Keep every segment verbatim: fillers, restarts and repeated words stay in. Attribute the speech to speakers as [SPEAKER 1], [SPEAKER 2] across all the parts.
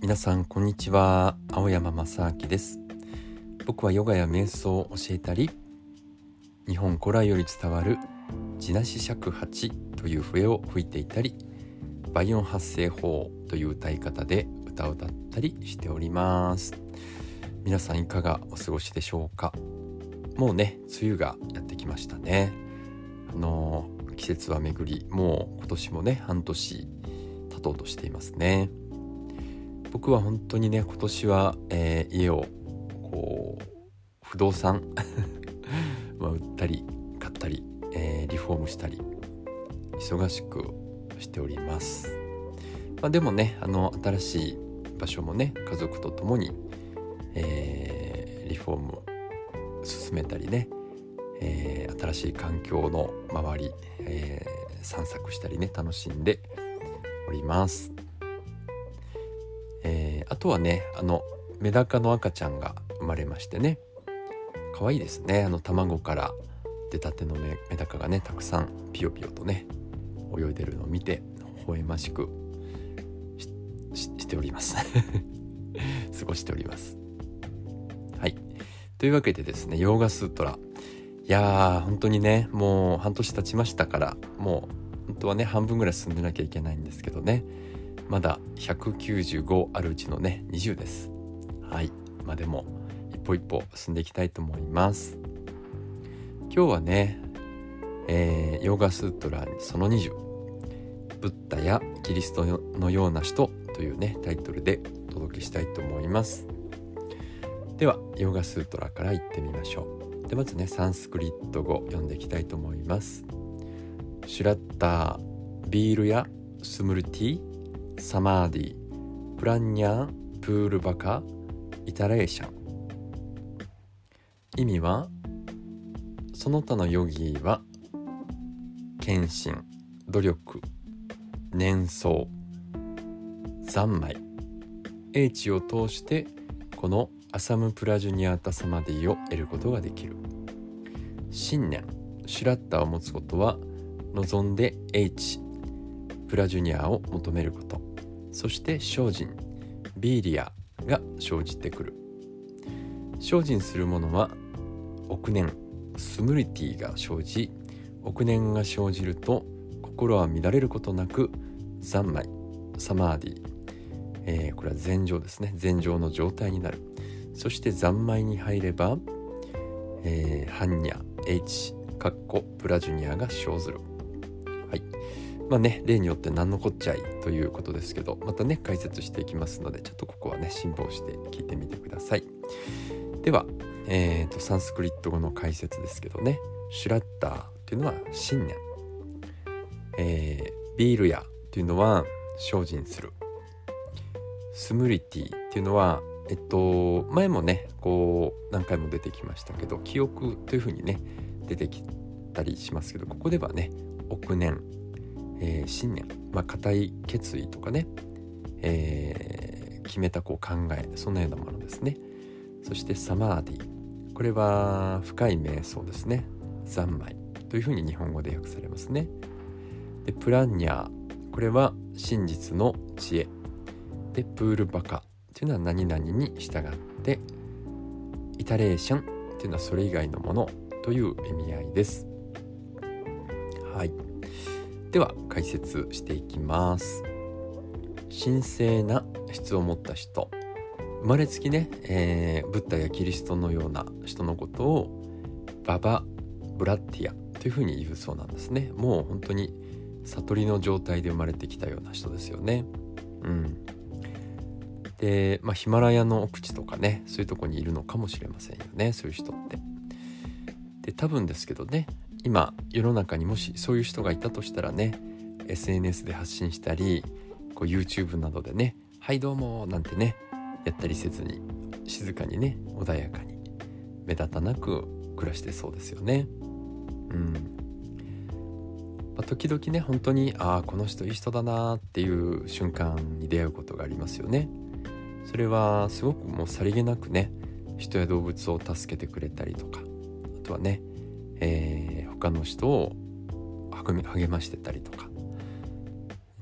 [SPEAKER 1] 皆さんこんにちは。青山正明です。僕はヨガや瞑想を教えたり、日本古来より伝わる地なし尺八という笛を吹いていたり、倍音発声法という歌い方で歌を歌ったりしております。皆さんいかがお過ごしでしょうか。もうね、梅雨がやってきましたね。あの季節は巡り、もう今年もね半年経とうとしていますね。僕は本当にね今年は、えー、家をこう不動産まあ売ったり買ったり、えー、リフォームしたり忙しくしております。まあ、でもねあの新しい場所もね家族と共に、えー、リフォーム進めたりね、えー、新しい環境の周り、えー、散策したりね楽しんでおります。えー、あとはねあのメダカの赤ちゃんが生まれましてね、可愛いですね。あの卵から出たてのメダカがねたくさんピヨピヨとね泳いでるのを見て微笑ましく し, し, しております過ごしております。はい、というわけでですね、ヨーガスートラ、いやー本当にねもう半年経ちましたから、もう本当はね半分ぐらい進んでなきゃいけないんですけどね、まだひゃくきゅうじゅうごあるうちのねにじゅうです。はい、まあでも一歩一歩進んでいきたいと思います。今日はね、えー、ヨーガスートラそのにじゅう、ブッダやキリストのような人というねタイトルでお届けしたいと思います。ではヨーガスートラから行ってみましょう。でまずねサンスクリット語読んでいきたいと思います。シュラッター、ビールやスムルティ、サマーディ、プランニャー、プールバカ、イタレーシャン。意味は、その他のヨギーは献身、努力、念想、三昧、英知を通してこのアサムプラジュニアータサマディを得ることができる。信念、シュラッターを持つことは望んで英知、プラジュニアを求めること、そして精進、ビーリアが生じてくる。精進するものは憶念、スムリティが生じ、憶念が生じると心は乱れることなく三昧、サマーディ、えー、これは禅定ですね、禅定の状態になる。そして三昧に入れば、えー、ハンニャ、エイチ、かっこプラジュニアが生ずる。はい、まあね例によって何のこっちゃいということですけど、またね解説していきますので、ちょっとここはね辛抱して聞いてみてください。では、えー、とサンスクリット語の解説ですけどね、シュラッターというのは信念、えー、ビールヤというのは精進する、スムリティというのはえっと前もねこう何回も出てきましたけど、記憶というふうにね出てきたりしますけど、ここではね憶念、えー、信念、まあ固い決意とかね、えー、決めたこう考え、そんなようなものですね。そしてサマーディ、これは深い瞑想ですね。三昧というふうに日本語で訳されますね。でプランニャー、これは真実の知恵で、プールバカというのは何々に従って、イタレーションというのはそれ以外のものという意味合いです。はい、では解説していきます。神聖な質を持った人、生まれつきね、えー、ブッダやキリストのような人のことをババ・ブラッティアというふうに言うそうなんですね。もう本当に悟りの状態で生まれてきたような人ですよね。うんで、まあ、ヒマラヤの奥地とかね、そういうとこにいるのかもしれませんよね、そういう人って。で多分ですけどね、今世の中にもしそういう人がいたとしたらね、 エスエヌエス で発信したり、こう YouTube などでね、はいどうもなんてねやったりせずに、静かにね穏やかに目立たなく暮らしてそうですよね。うん、まあ、時々ね本当にああこの人いい人だなっていう瞬間に出会うことがありますよね。それはすごくもうさりげなくね人や動物を助けてくれたりとか、あとはね、えー、他の人を励ましてたりとか、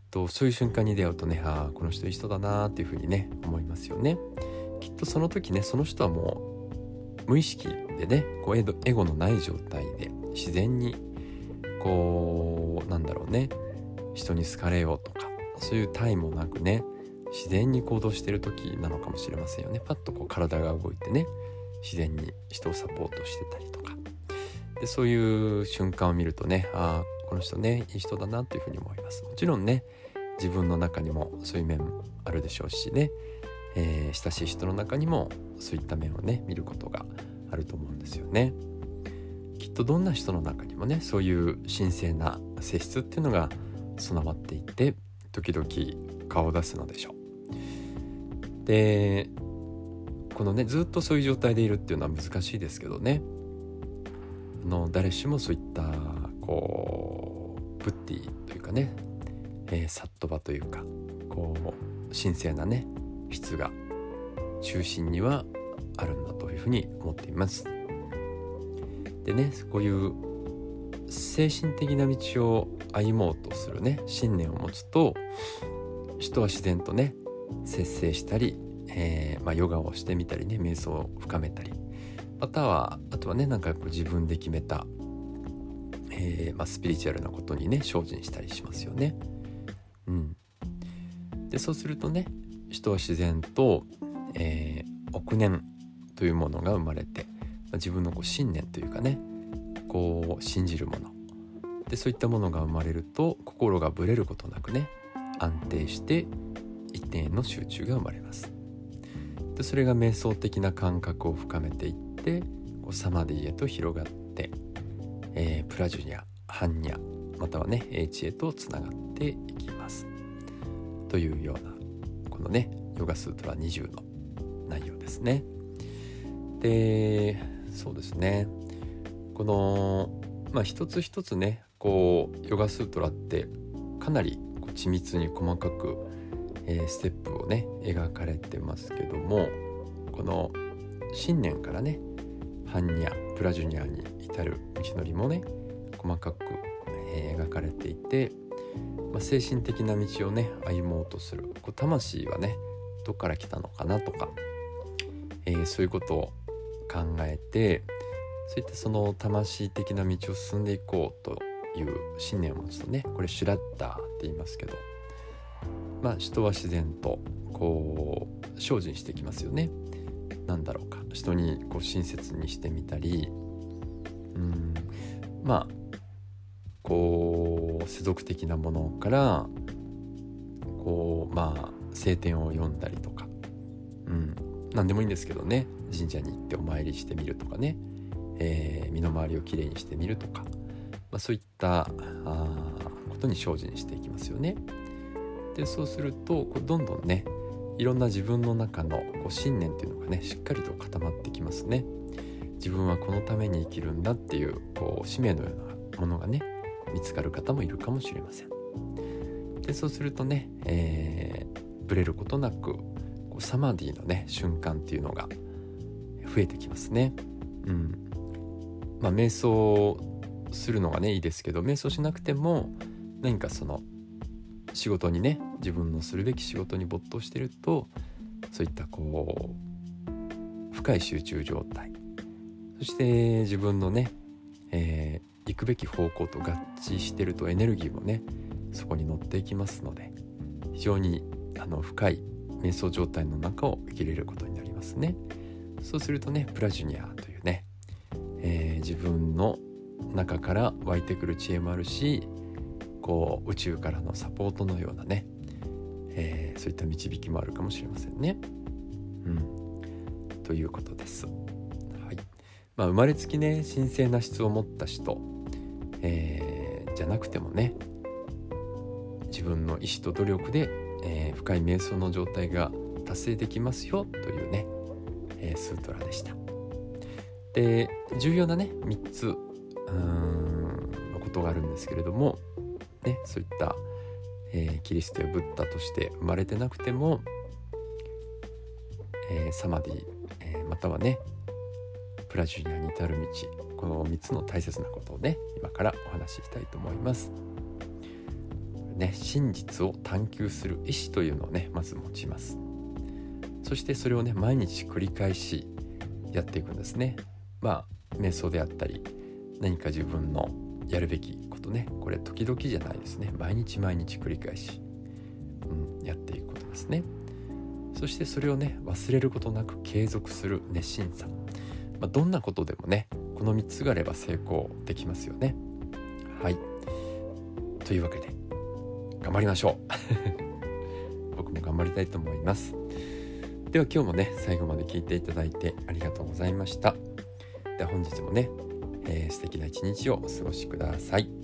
[SPEAKER 1] とそういう瞬間に出会うとね、ああこの人いい人だなっていうふうにね思いますよね。きっとその時ね、その人はもう無意識でね、こうエゴエゴのない状態で自然にこうなんだろうね、人に好かれようとかそういうタイもなくね、自然に行動している時なのかもしれませんよね。パッとこう体が動いてね、自然に人をサポートしてたりとかで、そういう瞬間を見るとね、ああこの人ねいい人だなというふうに思います。もちろんね、自分の中にもそういう面もあるでしょうしね、えー、親しい人の中にもそういった面をね見ることがあると思うんですよね。きっとどんな人の中にもね、そういう神聖な性質っていうのが備わっていて、時々顔を出すのでしょう。でこのね、ずっとそういう状態でいるっていうのは難しいですけどね、あの誰しもそういったこうブッディというかね、えー、サットバというかこう神聖なね質が中心にはあるんだというふうに思っています。でね、こういう精神的な道を歩もうとするね信念を持つと、人は自然とね節制したり、えーまあ、ヨガをしてみたりね、瞑想を深めたり、またはあとはね、なんかこう自分で決めた、えーまあ、スピリチュアルなことにね精進したりしますよね。うん、でそうするとね、人は自然と、えー、憶念というものが生まれて、まあ、自分のこう信念というかね、こう信じるもので、そういったものが生まれると心がぶれることなくね安定して一点への集中が生まれます。でそれが瞑想的な感覚を深めていって、こうサマディへと広がって、えー、プラジュニャ、ハンニャ、またはね英知へとつながっていきますというような、このねヨガスートラにじゅうの内容ですね。でそうですね、このまあ一つ一つね、こうヨガスートラってかなりこう緻密に細かく、えー、ステップをね描かれてますけども、この信念からねハンニャ、プラジュニャに至る道のりもね細かく、えー、描かれていて、まあ、精神的な道をね歩もうとするこう魂はねどっから来たのかなとか、えー、そういうことを考えて、そういったその魂的な道を進んでいこうという信念を持つとね、これシュラッダーって言いますけど、まあ人は自然とこう精進してきますよね。なんだろうか、人にこう親切にしてみたり、うーんまあこう世俗的なものからこうまあ聖典を読んだりとか、うん何でもいいんですけどね、神社に行ってお参りしてみるとかね、えー、身の回りをきれいにしてみるとか、まあ、そういったあことに精進していきますよね。でそうするとこうどんどんねいろんな自分の中のこう信念っていうのがねしっかりと固まってきますね。自分はこのために生きるんだっていう、こう使命のようなものがね見つかる方もいるかもしれません。でそうするとね、えー、ブレることなくこうサマディのね瞬間っていうのが増えてきますね。うんまあ瞑想するのがねいいですけど、瞑想しなくても何かその仕事にね、自分のするべき仕事に没頭していると、そういったこう深い集中状態、そして自分のね、えー、行くべき方向と合致しているとエネルギーもねそこに乗っていきますので、非常にあの深い瞑想状態の中を生きれることになりますね。そうするとねプラジュニャというね、えー、自分の中から湧いてくる知恵もあるし、こう宇宙からのサポートのようなね、えー、そういった導きもあるかもしれませんね。うん、ということです。はい。まあ生まれつきね神聖な質を持った人、えー、じゃなくてもね、自分の意志と努力で、えー、深い瞑想の状態が達成できますよというね、えー、スートラでした。で重要なねみっつうーんのことがあるんですけれども、ね、そういった、えー、キリストやブッダとして生まれてなくても、えー、サマディ、えー、またはねプラジュニャに至る道、このみっつの大切なことをね今からお話ししたいと思います。 ね、真実を探求する意志というのをねまず持ちます。そしてそれをね毎日繰り返しやっていくんですね。まあ瞑想であったり何か自分のやるべきことね、これ時々じゃないですね、毎日毎日繰り返し、うん、やっていくことですね。そしてそれをね忘れることなく継続する熱心さ、まあ、どんなことでもねこのみっつがあれば成功できますよね。はい、というわけで頑張りましょう僕も頑張りたいと思います。では今日もね最後まで聞いていただいてありがとうございました。では本日もね、えー、素敵な一日をお過ごしください。